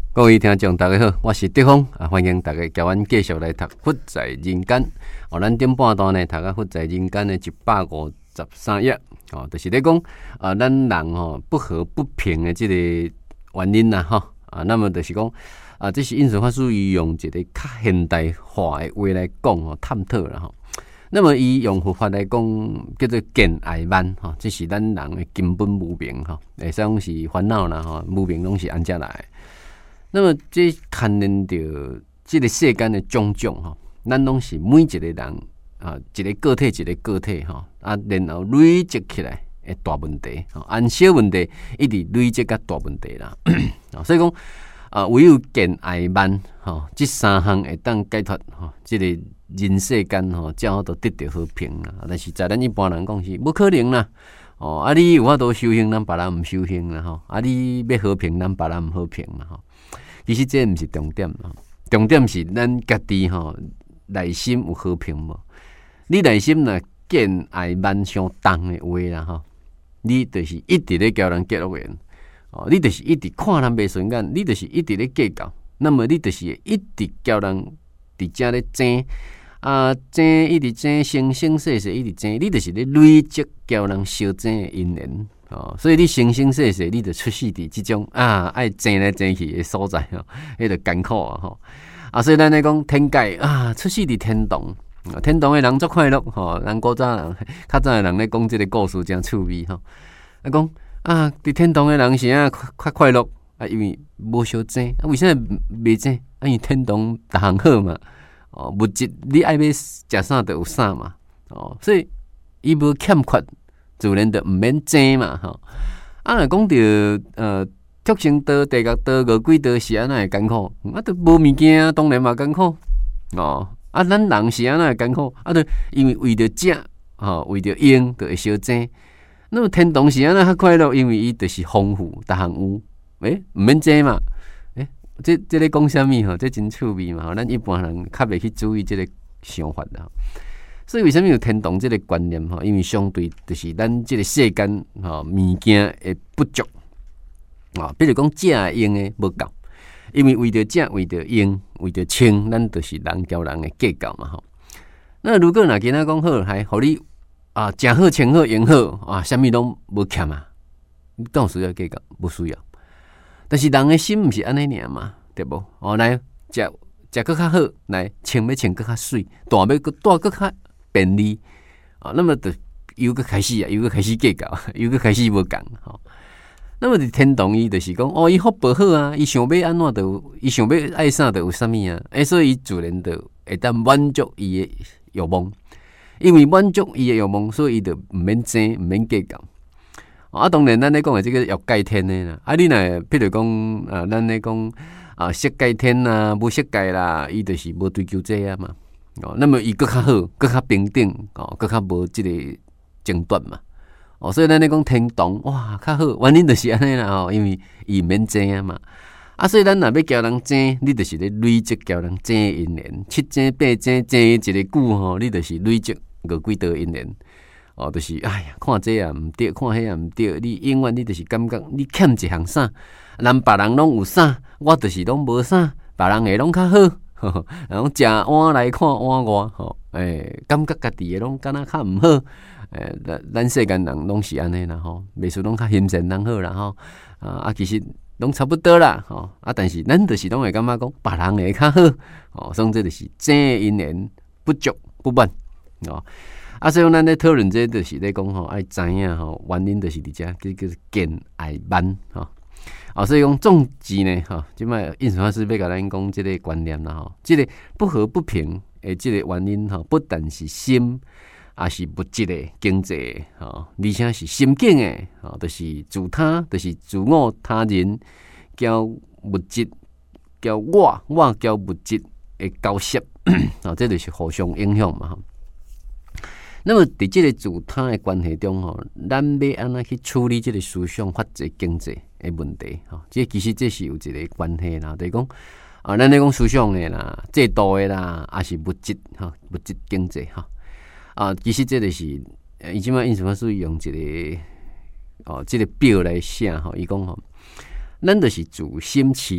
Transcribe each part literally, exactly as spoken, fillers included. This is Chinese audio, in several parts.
各位听众大家好，我是德峰啊，欢迎大家交阮继续来读《佛在人间》哦。咱顶半段呢，读个《佛在人间》的一百五十三页哦，就是咧讲啊，咱人吼不和不平的这个原因呐，哈啊，那么就是讲啊，这是印顺法师伊用一个较现代化的话来讲哦，探讨啦吼。那么伊用佛法来讲，叫做见爱慢吼，这是咱人的根本无明吼，会使讲是烦恼啦吼，无明拢是安遮来的。那么这牵连到这个世间的种种吼，咱拢是每一个人啊，一个个体一个个体吼啊，然后累积起来的大问题，按小问题一直累积到大问题啦。所以讲啊，唯有见爱慢吼，这三项会当解脱吼，这个人世间吼，才好都得到和平啦。但是在咱一般人讲是不可能啦。哦，啊，你有法度修行，咱别人唔修行啦吼。啊，你要和平，咱别人唔和平啦吼。其实这毋是重点啊，重点是咱家己吼内心有和平无？你内心若见爱慢相重的话啦吼，你就是一直咧交人结恶缘哦，你就是一直看人袂顺眼，你就是一直咧计较，那么你就是一直交人伫遮咧争啊，争一直争，生生世世一直争，你就是咧累积交人相争的因缘。哦，所以你生生世世，你就出世伫即种啊爱争来争去的所在吼，迄就艰苦啊吼啊！所以咱来讲天界啊，出世伫天堂，天堂的人足快乐吼。咱古早人、较早的人咧讲即个故事真趣味吼。啊讲啊，伫天堂的人是啊较快乐啊，因为无相争啊。为啥袂争？啊，因为天堂逐项好嘛。哦，物质你爱要食啥就有啥嘛。哦，所以伊无欠缺。自然就毋免争嘛吼，啊，若讲到呃，畜生道、地狱道、恶鬼道是安那会艰苦，啊，都无物件，当然嘛艰苦哦。啊，咱人是安那会艰苦，啊，都因为为着食吼，为着用，就会相争。那么天堂是安那较快乐，因为伊就是丰富，逐项有，诶，毋免争嘛。诶，这这咧讲啥物吼？这真趣味嘛吼，咱一般人较袂去注意这个想法啦。所以为什么有天堂这个观念吼？因为相对就是咱这个世间吼物件的不足啊，比如讲食的用的无够，因为为着食、为着用、为着穿，咱就是人交人的计较嘛吼。那如果若今仔讲好，还互你啊食好、穿好、用好啊，啥物拢无欠啊，你当需要计较，无需要。但是人的心毋是安尼尔嘛，对无？哦，来食食搁较好，来穿要穿搁较水，大要搁大搁较。便利啊，那么就又个开始啊，又个开始计较，又个开始无共吼。那么伫天堂伊就是讲，哦，伊福报好啊，伊想要安怎就，伊想要爱啥就有啥物啊，诶，所以伊自然就会当满足伊的欲望，因为满足伊的欲望，所以伊就毋免争，毋免计较。啊，当然咱咧讲的这个欲界天的啦，啊，你若譬如讲啊，咱咧讲啊，色界天啦，无色界啦，伊就是无追求这啊嘛。哦，那么伊更较好，更较平等，哦，更较无即个争端嘛。哦，所以咱咧讲天堂，哇，较好，原因就是安尼啦，吼，因为伊免争啊嘛。啊，所以咱若要交人争，你就是咧累积交人争的因缘，七争八争，争一个久吼，你就是累积个几道因缘。哦，就是哎呀，看这也毋对，看迄也毋对，你永远你就是感觉你欠一项啥，人别人拢有啥，我就是拢无啥，别人的拢较好。然后食碗来看碗外，吼，诶，感觉家己诶拢敢若较毋好，诶，咱咱世间人拢是安尼啦，吼，袂输拢较欣赏人好啦，吼，啊啊，其实拢差不多啦，吼，啊，但是咱就是拢会感觉讲别人会较好，哦，所以这就是争因缘不足不满，哦，啊，所以咱咧讨论这就是咧讲吼，爱知影吼，原因就是伫遮，这叫见爱慢，吼。啊，所以讲总之呢，哈，即摆印顺法师要甲咱讲即个观念啦，吼，即个不和不平诶，即个原因吼，不但是心，也是物质诶、经济吼，而且是心境诶，吼，就是自他，就是自我、他人交物质，交我，我交物质诶交涉，啊，这就是互相影响嘛，吼。那么伫即个自他诶关系中吼，咱要安怎去处理即个思想、法治、经济诶问题吼？即其实这是有一个关系啦，就是讲啊，咱咧讲思想诶啦、制度诶啦，还是物质吼、物质经济吼啊，其实这就是伊即摆印顺法师用一个哦，即个表来写吼，伊讲吼，咱就是自心起暗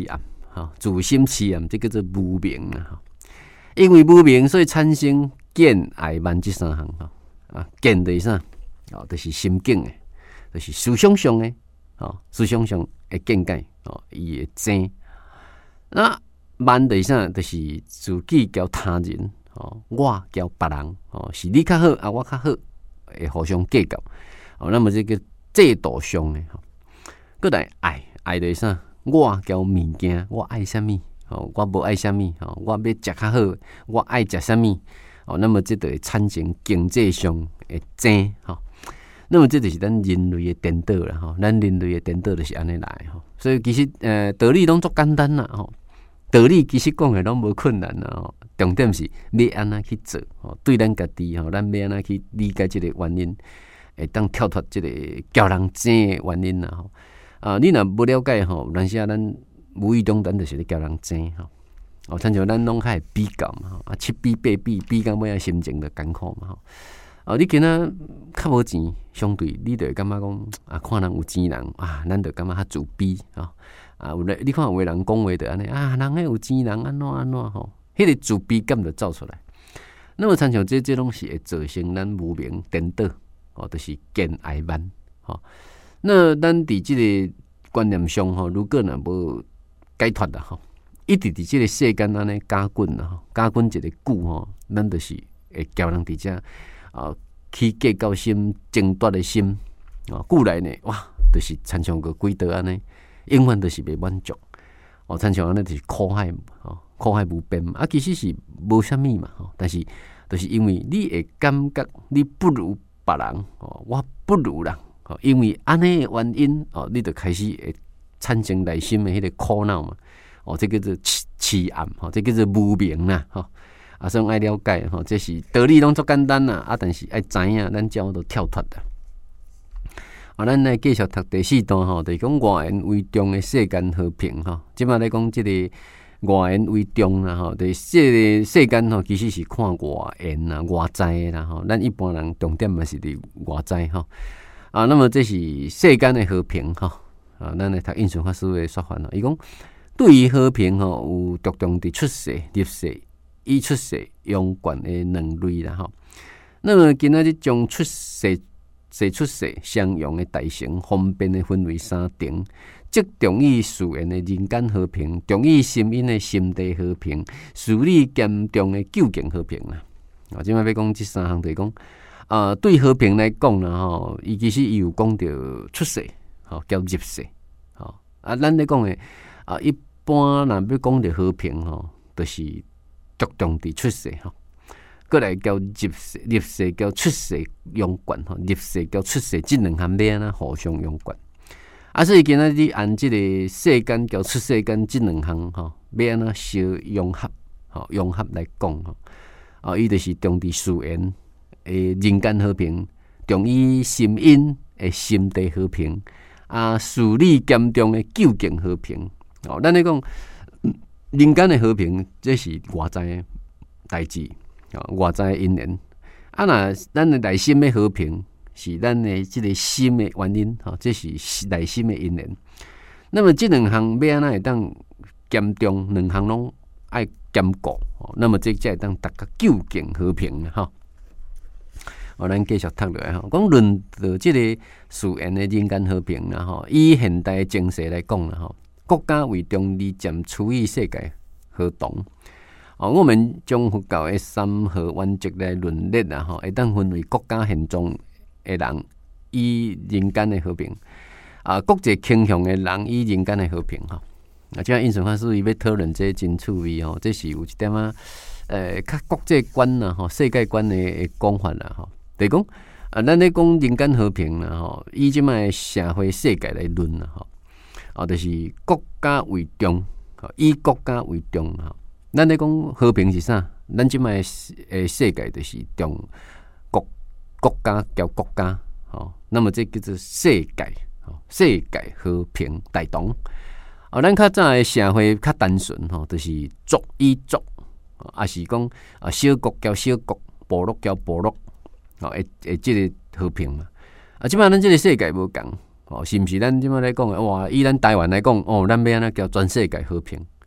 吼，自心起啊，这叫做无明啦吼。因为无明，所以产生见、爱、慢这三项吼。啊，见就是啥？哦，就是心境诶，就是思想上诶，哦，思想上诶见解，哦，伊会正。那慢就是啥？就是自己交他人，哦，我交别人，哦，是你较好啊，我较好，会互相计较。哦，那么这个制度上诶，吼，搁来爱，爱就是啥？我交物件，我爱啥物？哦，我无爱啥物？哦，我要食较好，我爱食啥物？哦，那么这就会产生经济上诶争，吼。那么这就是咱人类的颠倒啦，吼，咱人类的颠倒就是安尼来，吼。所以其实呃道理拢足简单啦，吼。道理其实讲诶拢无困难啦，吼。重点是要安怎去做，吼。对咱家己，吼，咱要安怎去理解这个原因，会当跳脱这个叫人争诶原因啦，吼。啊，你若不了解吼，有阵时啊，咱无意中咱就是咧叫人争吼。哦，亲像咱拢较会比较嘛，啊七比八比，比到尾啊心情就艰苦嘛吼。哦，你今仔较无钱，相对你就会感觉讲啊，看人有钱人啊，咱就感觉较自卑啊。啊，有咧，你看有个人讲话就安尼啊，人迄有钱人安怎安怎吼，迄个自卑感就走出来。那么亲像这这拢是会造成咱无明颠倒，哦，就是见爱慢吼。那咱伫即个观念上吼，如果若无解脱啦吼，一直伫即个世间安尼加滚啦吼，加滚一个久吼，咱就是会叫人伫遮啊起计较心、争夺的心啊，久来呢，哇，就是亲像个鬼道安尼，永远都是袂满足哦，亲像安尼就是苦海哦，苦海无边啊，其实是无啥物嘛吼，但是就是因为你会感觉你不如别人哦，我不如人。因为安尼的原因哦，你就开始会产生内心的迄个苦恼嘛。哦，这叫做痴暗，吼，这叫做无明啦，吼。啊，所以爱了解，吼，这是道理拢足简单啦，啊，但是爱知影，咱才都跳脱啦。啊，咱来继续读第四段吼，就是讲外缘为重的世间和平吼。即摆来讲即个外缘为重啦，吼，就是这个世间吼，其实是看外缘啦、外在的啦，吼。咱一般人重点嘛是伫外在吼。啊，那么这是世间的和平哈啊，咱来读印顺法师的说法咯。伊讲对于和平吼，有着重伫出世、入世、已出世、用权的两类啦哈。那么今仔日将出世、世出世相用的大乘方便的分为三层，即重于事缘的人间和平，重于心因的心地和平，事理严重的究竟和平啦。啊，即摆要讲即三项，就是讲。啊，对和平来讲啦，吼，伊其实伊有讲到出世，吼，叫入世，吼啊，咱咧讲诶啊，一般若要讲到和平吼，就是着重伫出世吼，过来叫入世，入世叫出世用权吼，入世叫出世，即两项要安怎互相用权。啊，所以今仔日按即个世间叫出世间即两项吼，要安怎相融合，吼，融合来讲吼，啊，伊就是重伫事缘。诶，人间和平重于心因诶，心地和平啊，事理严重诶，究竟和平哦。咱咧讲人间诶和平，这是外在诶代志啊，外在诶因缘啊。那咱诶内心诶和平，是咱诶即个心诶原因吼，这是内心诶因缘。那么这两项要安怎会当兼重，两项拢爱兼顾哦。那么这才会当达到究竟和平哈。哦，咱继续读落来吼，讲论到即个事缘的人间和平啦吼，以现代情势来讲啦吼，国家为重利渐处于世界和同。哦，我们将佛教的三和原则来论列啦吼，会当分为国家现状的人以人间的和平，啊，国际倾向的人以人间的和平吼。啊，即个印顺法师伊要讨论这真趣味吼，这是有一点啊，呃，较国际观啦吼，世界观的讲法啦吼。就是讲啊，咱咧讲人间和平啦吼，以即卖社会世界来论啦吼，啊，就是国家为重，以国家为重吼。咱咧讲和平是啥？咱即卖诶世界就是重国国家叫国家吼，那么这叫做世界吼，世界和平大同。啊，咱较早诶社会较单纯吼，就是族与族，啊是讲啊小国叫小国，部落叫部落。哦，会会即个和平嘛？啊，即摆咱即个世界无共，哦，是毋是？咱即摆来讲诶，哇，以咱台湾来讲，哦，咱要安怎叫全世界和平？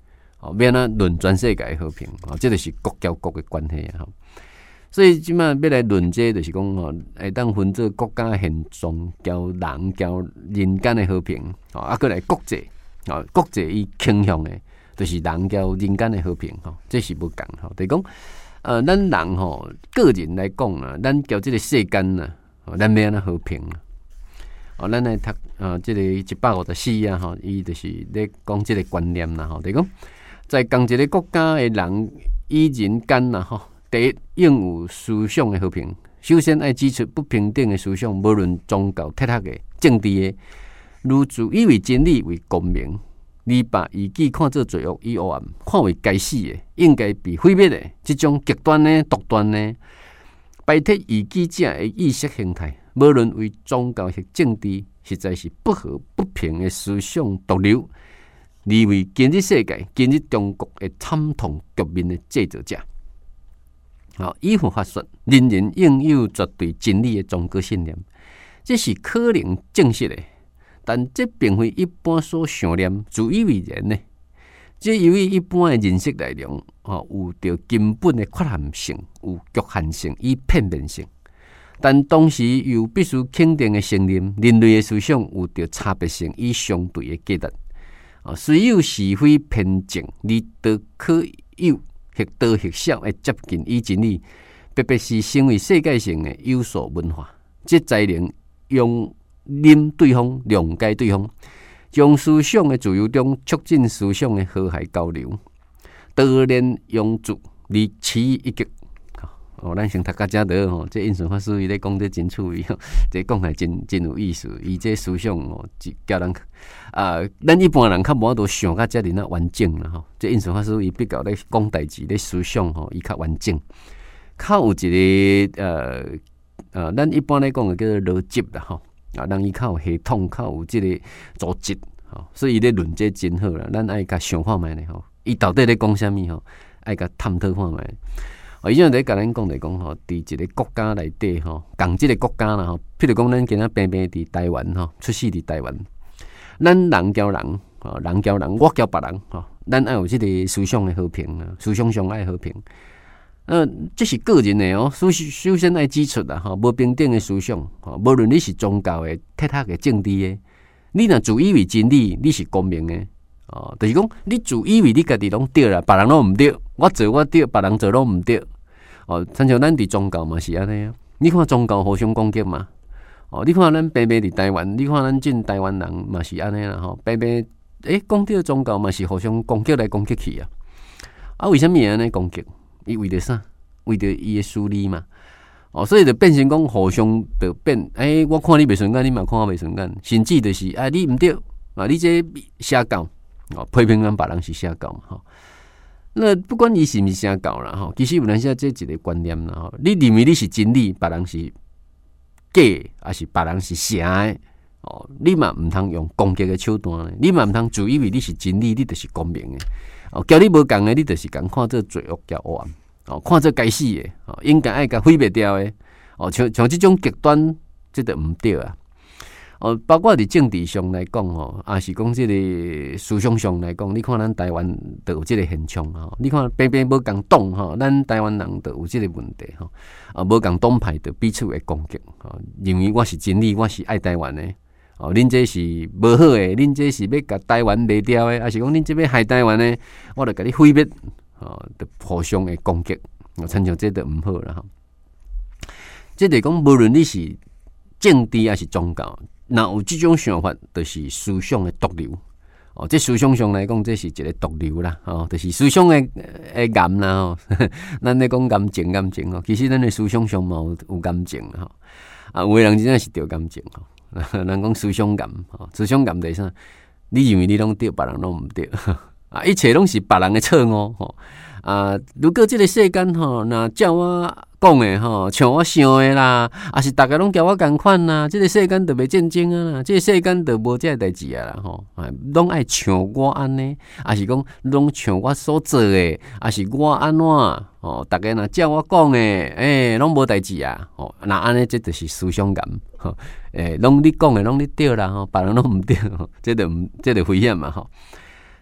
哦，免啊论全世界的和平，哦，这就是国交国的关系啊。所以即摆要来论这，就是讲吼，会当分做国家现状、交人、交人间的和平，哦，啊，过来国际，哦，国际伊倾向的，就是人交人间的和平，吼，这是不共吼。就是讲，呃，咱人吼，个人来讲啊，咱交这个世间啊，咱要安怎和平啊？哦，咱来读啊，这个一百五十四啊，吼，伊就是咧讲这个观念啦，吼，就是讲，在同一个国家的人与人间啦，吼。第一，拥有思想的和平。首先，要指出不平等的思想，无论宗教、铁学的、政治的，如自以为真理为公明，而把异己看作罪恶与黑暗，看为该死的，应该被毁灭的，这种极端的、独断的、摆脱异己者的意识形态，无论为宗教或政治，实在是不和不平的思想毒瘤，而为今日世界、今日中国的惨痛局面的制造者。好，依佛法说，人人拥有绝对真理的宗教信念，这是可能证实的，但这并非一般所想念、自以为然的。这由于一般的认识内容，哦，有着根本的缺陷性、有局限性与片面性，但同时又必须肯定的承认，人类的思想有着差别性与相对的价值。哦，虽有是非偏见，而都可有。或多或少会接近于真理，特别是成为世界性的有所文化，这才能用忍对方、谅解对方，从思想的自由中促进思想的和谐交流，多练用字，离其一极。哦，咱先读到遮得吼，这印顺法师伊咧讲得真趣味吼，这讲来真真有意思。伊这思想哦，叫人啊，咱一般人较无法度想到遮尔啊完整啦吼。这印顺法师伊比较咧讲代志咧思想吼，伊较完整，较有一个呃呃，咱一般来讲的叫做逻辑啦吼，啊，人伊较有系统，较有即个组织吼，所以伊咧论这真好啦。咱爱甲想看觅咧吼，伊到底咧讲啥物吼，爱甲探讨看觅。哦，以前在甲咱讲来讲吼，伫一个国家内底吼，共即个国家啦吼，譬如讲咱今仔平平伫台湾吼，出世伫台湾，咱人交人，吼，人交人，我交别人，吼，咱爱有即个思想的和平啊，思想上爱和平。呃，这是个人的哦，首首先爱指出啦，吼，无平等的思想，吼，无论你是宗教的、铁学的、政治的，你若自以为真理，你是公平的。哦，就是讲，你自以为你家己拢对啦，别人拢毋对，我做我对，别人做拢毋对。哦，亲像咱伫宗教嘛是安尼啊，你看宗教互相攻击嘛。哦，你看咱平平伫台湾，你看咱进台湾人嘛是安尼啦吼，平平诶讲到宗教嘛是互相攻击来攻击去啊。啊，为什么安尼攻击？伊为着啥？为着伊诶私利嘛。哦，所以就变成讲互相就变，诶、欸，我看你袂顺眼，你嘛看我袂顺眼，甚至就是啊，你毋对啊，你这邪教。哦，批评咱别人是邪教嘛吼，那不管伊是毋是邪教啦吼，其实有当时这一个观念啦吼，你认为你是真理，别人是假，还是别人是邪的哦，你嘛毋通用攻击的手段咧，你嘛毋通自以为你是真理，你就是公平的哦，交你无共的，你就是共看做罪恶甲黑暗哦，看做该死的哦，应该爱甲毁灭掉的哦，像像这种极端，这就毋对啊。哦，包括伫政治上来讲吼，也是讲即个思想上来讲，你看咱台湾就有即个现象吼，你看偏偏无共党吼，咱台湾人就有即个问题吼，啊，无共党派就彼此会攻击吼，认为我是真理，我是爱台湾的，哦，恁这是无好的，恁这是要甲台湾灭掉的，还是讲恁这要害台湾的，我就甲你毁灭，哦，就互相的攻击，哦，亲像这就毋好啦吼。即个讲无论你是政治还是宗教。那有这种想法，就是思想的毒瘤哦。这思想上来讲，这是一个毒瘤啦，哦，就是思想的诶癌啦，吼。咱咧讲癌症，癌症哦，其实咱的思想上嘛有有癌症吼。啊，有的人真正是得癌症吼。咱讲思想癌，吼，思想癌就是啥？你认为你拢对，别人拢毋对，啊，一切拢是别人的错误吼。啊，如果这个世间吼，那照我讲的吼，像我想的啦，啊是大家拢交我共款啦，这个世间就袂战争啊啦，这个世间就无这个代志啊啦吼，啊，拢爱像我安尼，啊是讲拢像我所做的，啊是我安怎哦，大家若照我讲的，诶，拢无代志啊，哦，那安尼这就是思想癌，吼，诶，拢你讲的拢你对啦，吼，别人拢毋对，吼，这就毋，这就危险嘛，吼。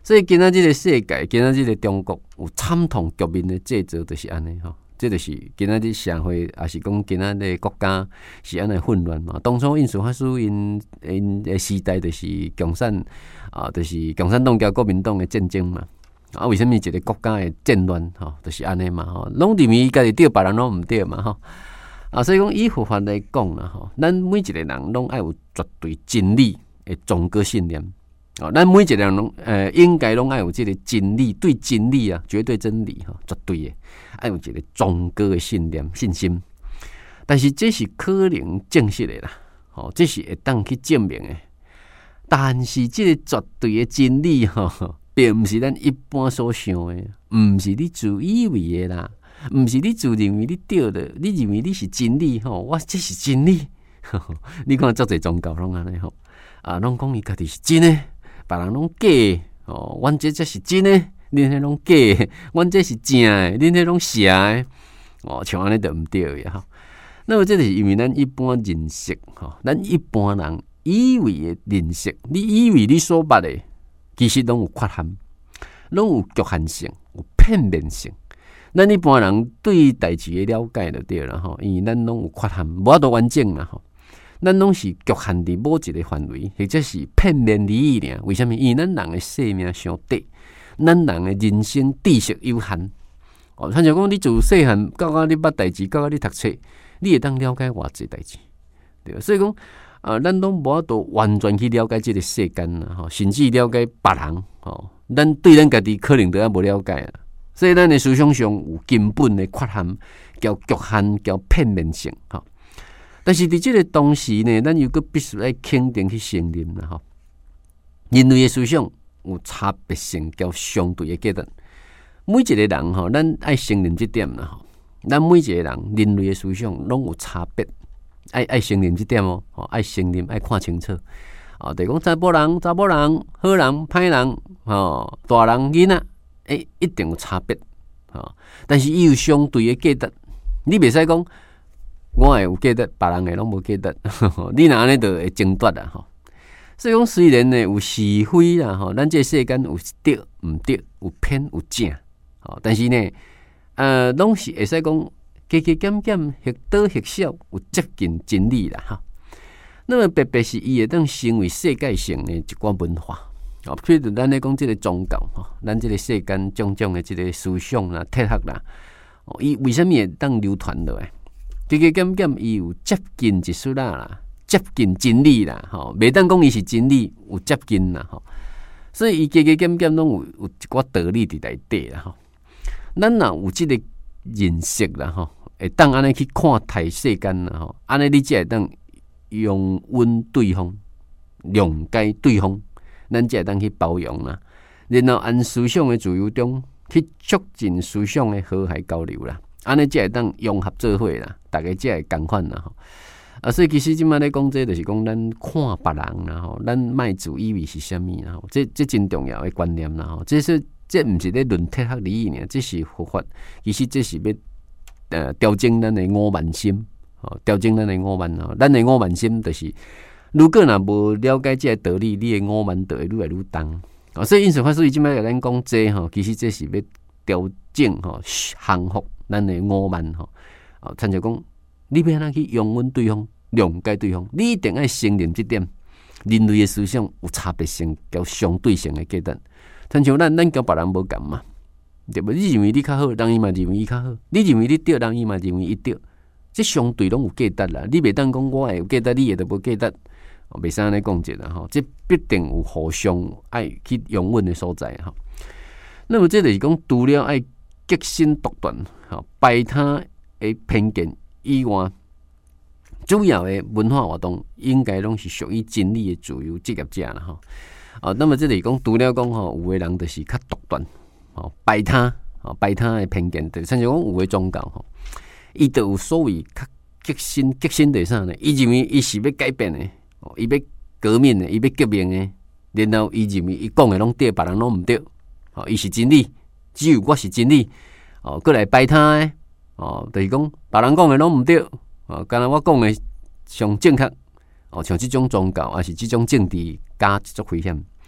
所以今仔日个世界，今仔日个中国有惨痛局面的制造，就是安尼吼。这就是今仔日社会，也是讲今仔日国家是安尼混乱嘛。当初因所发生因因的时代，就是共产啊，就是共产党甲国民党的战争嘛。啊，为什么一个国家的战乱吼，就是安尼嘛吼，拢认为伊家己对，别人拢毋对嘛吼。啊，所以讲以佛法来讲啦吼，咱每一个人拢爱有绝对真理的宗教信念。哦，咱每一个人拢呃，应该拢爱有这个真理，对真理啊，绝对真理哈，绝对的，爱有一个宗教的信念、信心。但是这是可能证实的啦，哦，这是会当去证明的。但是这个绝对的真理哈，并不是咱一般所想的，唔是你自以为的啦，唔是你自认为你对的，你认为你是真理吼，我这是真理。呵呵你看，足侪宗教拢安尼吼，啊，拢讲伊家己是真的。别人拢假的哦，阮这才是真的，恁迄拢假的，阮这是正的，恁迄拢邪的哦，像安尼就毋对的哈。那么这就是因为咱一般认识哈，咱一般人以为的认识，你以为你所捌的，其实拢有缺陷，拢有局限性，有片面性。咱一般人对代志的了解就对了哈，因为咱拢有缺陷，无法度完整啦哈。咱拢是局限伫某一个范围，或者是片面利益尔。为什么？因为咱人的生命上短，咱人的人生知识有限。哦，像就讲你自细汉到到你捌代志，到到你读册，你会当了解偌济代志，对吧？所以讲，啊、呃，咱拢无法度完全去了解这个世间啦，吼，甚至了解别人，吼，咱对咱家己可能都还无了解啊。所以咱的思想上有根本的缺陷，叫局限，叫片面性，吼。但是伫这个同时呢，咱又个必须来肯定去承认啦，吼。人类的思想有差别性，叫相对的价值。每一个人吼，咱爱承认这点啦，吼。咱每一个人人类的思想拢有差别，爱爱承认这点哦，吼，爱承认，爱看清楚。哦，就讲查甫人、查某人、好人、歹人，吼，大人、囡仔，诶，一定有差别，吼。但是伊有相对的价值，你袂使讲。我会有价值，别人诶拢无价值，你若安尼就会争夺啦吼。所以讲，虽然呢有是非啦吼，咱这世间有对毋对，有偏有正，吼，但是呢，呃，拢是会使讲加加减减，或多或少有接近真理啦哈。那么特别是伊会当成为世界性的一寡文化，哦，譬如咱咧讲这个宗教吼，咱这个世间种种的这个思想啦、哲学啦，哦，伊为什么会当流传落来？加加减减，伊有接近一丝啦，接近真理啦，吼，袂当讲伊是真理，有接近啦，吼，所以伊加加减减拢有有一寡道理伫内底啦，吼。咱若有即个认识啦，吼，会当安尼去看待世间啦，吼，安尼你才会当容允对方，谅解对方，咱才会当去包容啦，然后按思想的自由中去促进思想的和谐交流啦。安尼才会当融合做伙啦，大家才会共款啦吼。啊，所以其实即摆咧讲，这就是讲咱看别人啦吼，咱莫自以为是啥物啦吼，这这真重要的观念啦吼。这是这毋是咧论哲学理念，这是佛法。其实这是要呃调整咱的五慢心，吼，调整咱的五慢吼。咱的五慢心就是，如果若无了解这个道理，你的五慢就会愈来愈重。啊，所以因此法师即摆甲咱讲这吼，其实这是要调整吼，降服。咱的五慢吼，啊，参照讲，你要安怎去容忍对方、谅解对方，你一定要承认这点。人类的思想有差别性，叫相对性的价值。参像咱，咱甲别人无共嘛，对不？你认为你较好，人伊嘛认为伊较好；你认为你对，人伊嘛认为伊对。这相对拢有价值啦。你袂当讲我会有价值，你会都无价值，袂使安尼讲者啦吼。这必定有互相爱去容忍的所在吼。那么这就是讲，除了爱极身独断。排他的偏见以外，主要的文化活动应该拢是属于真理的自由职业者啦吼。哦，那么这里讲，除了讲吼，有的人就是较独断，哦，排他，哦，排他的偏见，甚至讲有的宗教吼，伊就有所谓较极身，极身是啥呢？伊认为伊是要改变的，哦，伊要革命的，伊要革命的，然后伊认为伊讲的拢对，别人拢毋对，哦，伊是真理，只有我是真理。哦，过来排他诶，哦，就是讲别人讲诶拢毋对，哦，敢若我讲诶上正确，哦，像即种宗教还是即种政治加即种危险，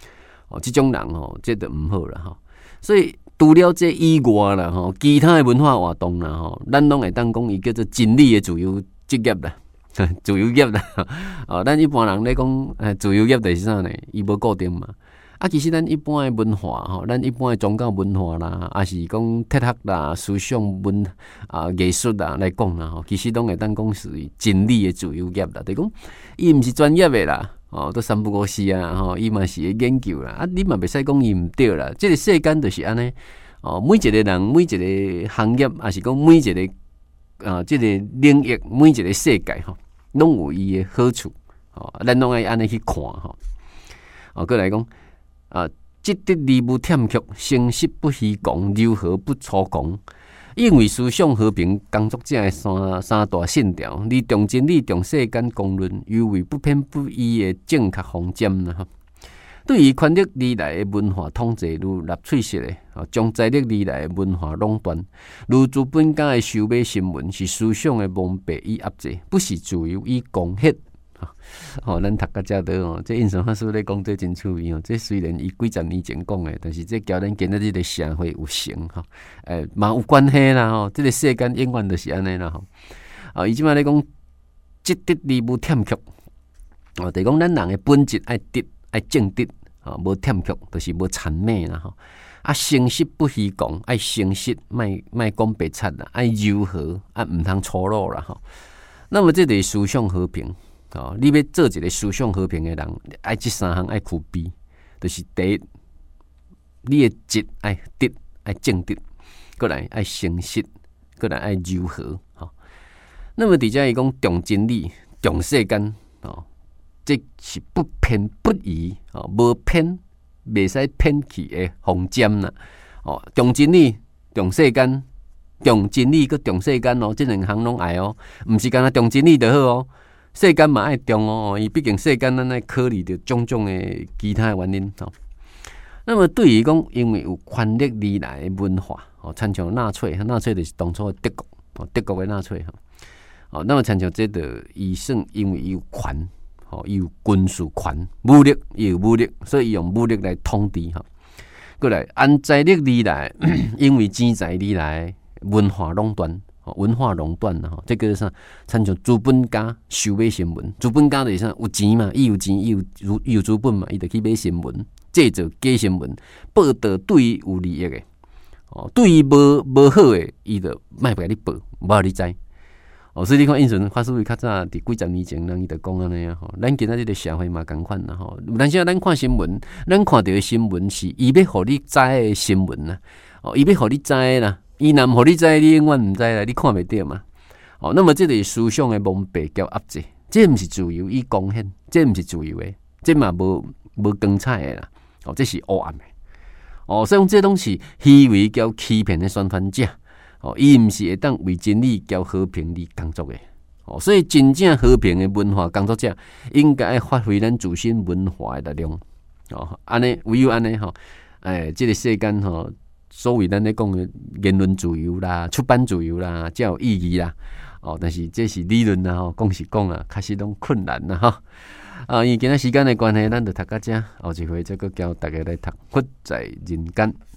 哦，即种人吼，这就毋好啦吼。所以除了这以外啦吼，其他的文化活动啦吼，咱拢会当讲伊叫做真理的自由职业啦，自由业啦。哦，咱一般人咧讲，诶，自由业就是啥呢？伊无固定嘛。啊，其实咱一般的文化吼，咱一般的宗教文化啦，啊是讲哲学啦、思想文啊、艺术啦来讲啦吼，其实拢会当讲属于真理的自由业啦。就是讲，伊毋是专业的啦，哦，都三不五时啊，吼，伊嘛是会研究啦。啊，你嘛袂使讲伊毋对啦。即、這個世间就是安尼，哦，每一個人、每一個行業，啊是讲每一個啊，即、這個領域、每一個世界吼，拢有伊的好處，哦，咱拢愛安尼去看吼。哦，過來講。啊，积德利不忝曲，成实不虚狂，柔和不粗狂。因为思想和平工作者的三三大信条，你重真理、重世间公论，优为不偏不倚的正确方针啦。对于权力而来的文化统治，如纳粹式的，啊，将财力而来的文化垄断，如资本家的收买新闻，是思想的蒙蔽与压制，不是自由与公允。吼、哦，咱读到遮倒哦，这印象法师咧讲这真趣味哦。这虽然伊几十年前讲的，但是这交咱今仔日的社会有成吼，诶、欸，嘛有关系啦吼。这个世间永远就是安尼啦吼。啊，伊即摆咧讲积德而无忝曲，哦，就是讲咱人的本质爱德爱正德，啊，无忝曲，就是无谄媚啦吼。啊，诚实不虚讲，爱诚实，卖卖讲白贼啦，爱柔和，啊，毋通粗鲁啦吼。那么这就是思想和平。哦，你要做一个思想和平的人，爱这三项爱具备，就是第一，你的质爱德爱正德，过来爱诚实，过来爱柔和。吼、哦，那么底下伊讲重真理、重世间，哦，这是不偏不倚，哦，无偏，袂使偏去的方针啦。哦，重真理、重世间，重真理佮重世间哦，这两项拢爱哦，毋是干那重真理就好哦。世间嘛爱重哦，伊毕竟世间咱爱考虑着种种的其他的原因吼。那么对于讲，因为有权力而来的文化，哦，参像纳粹，纳粹就是当初的德国，哦，德国的纳粹吼。哦，那么参像这个伊算因为伊有权，哦，伊有军事权，武力伊有武力，所以伊用武力来统治吼。过来按财力而来，因为钱财而来文化垄断。文化垄断啦，吼，这个是啥？参像资本家收买新闻，资本家就是啥？有钱嘛，伊有钱，伊有伊有资本嘛，伊就去买新闻，制造假新闻，报道对伊有利益的，哦，对伊无无好的，伊就卖俾你报，无互你知。哦，所以你看，印象法师会较早伫几十年前，人伊就讲安尼啊，吼，咱今仔日个社会嘛共款啦，吼，但是咱看新闻，咱看到的新闻是伊要互你知的新闻啦，哦，伊要互你知啦。伊若毋互你知，你永远毋知啦，你看袂到嘛。哦，那么这个思想的蒙蔽叫压制，这毋是自由与公允，这毋是自由的，这嘛无无光彩的啦。哦，这是黑暗的。哦，所以讲这东西虚伪叫欺骗的宣传者。哦，伊毋是会当为真理叫和平而工作的。哦，所以真正和平的文化工作者，应该发挥咱自身文化的力量。哦，安尼唯有安尼吼，诶，这个世间吼。所谓咱咧讲的言论自由啦、出版自由啦，才有意义啦。哦，但是这是理论啦，吼，讲是讲啊，确实拢困难啦，吼。啊，因为今仔时间的关系，咱就读到这，后一回再个叫大家来读《佛在人间》。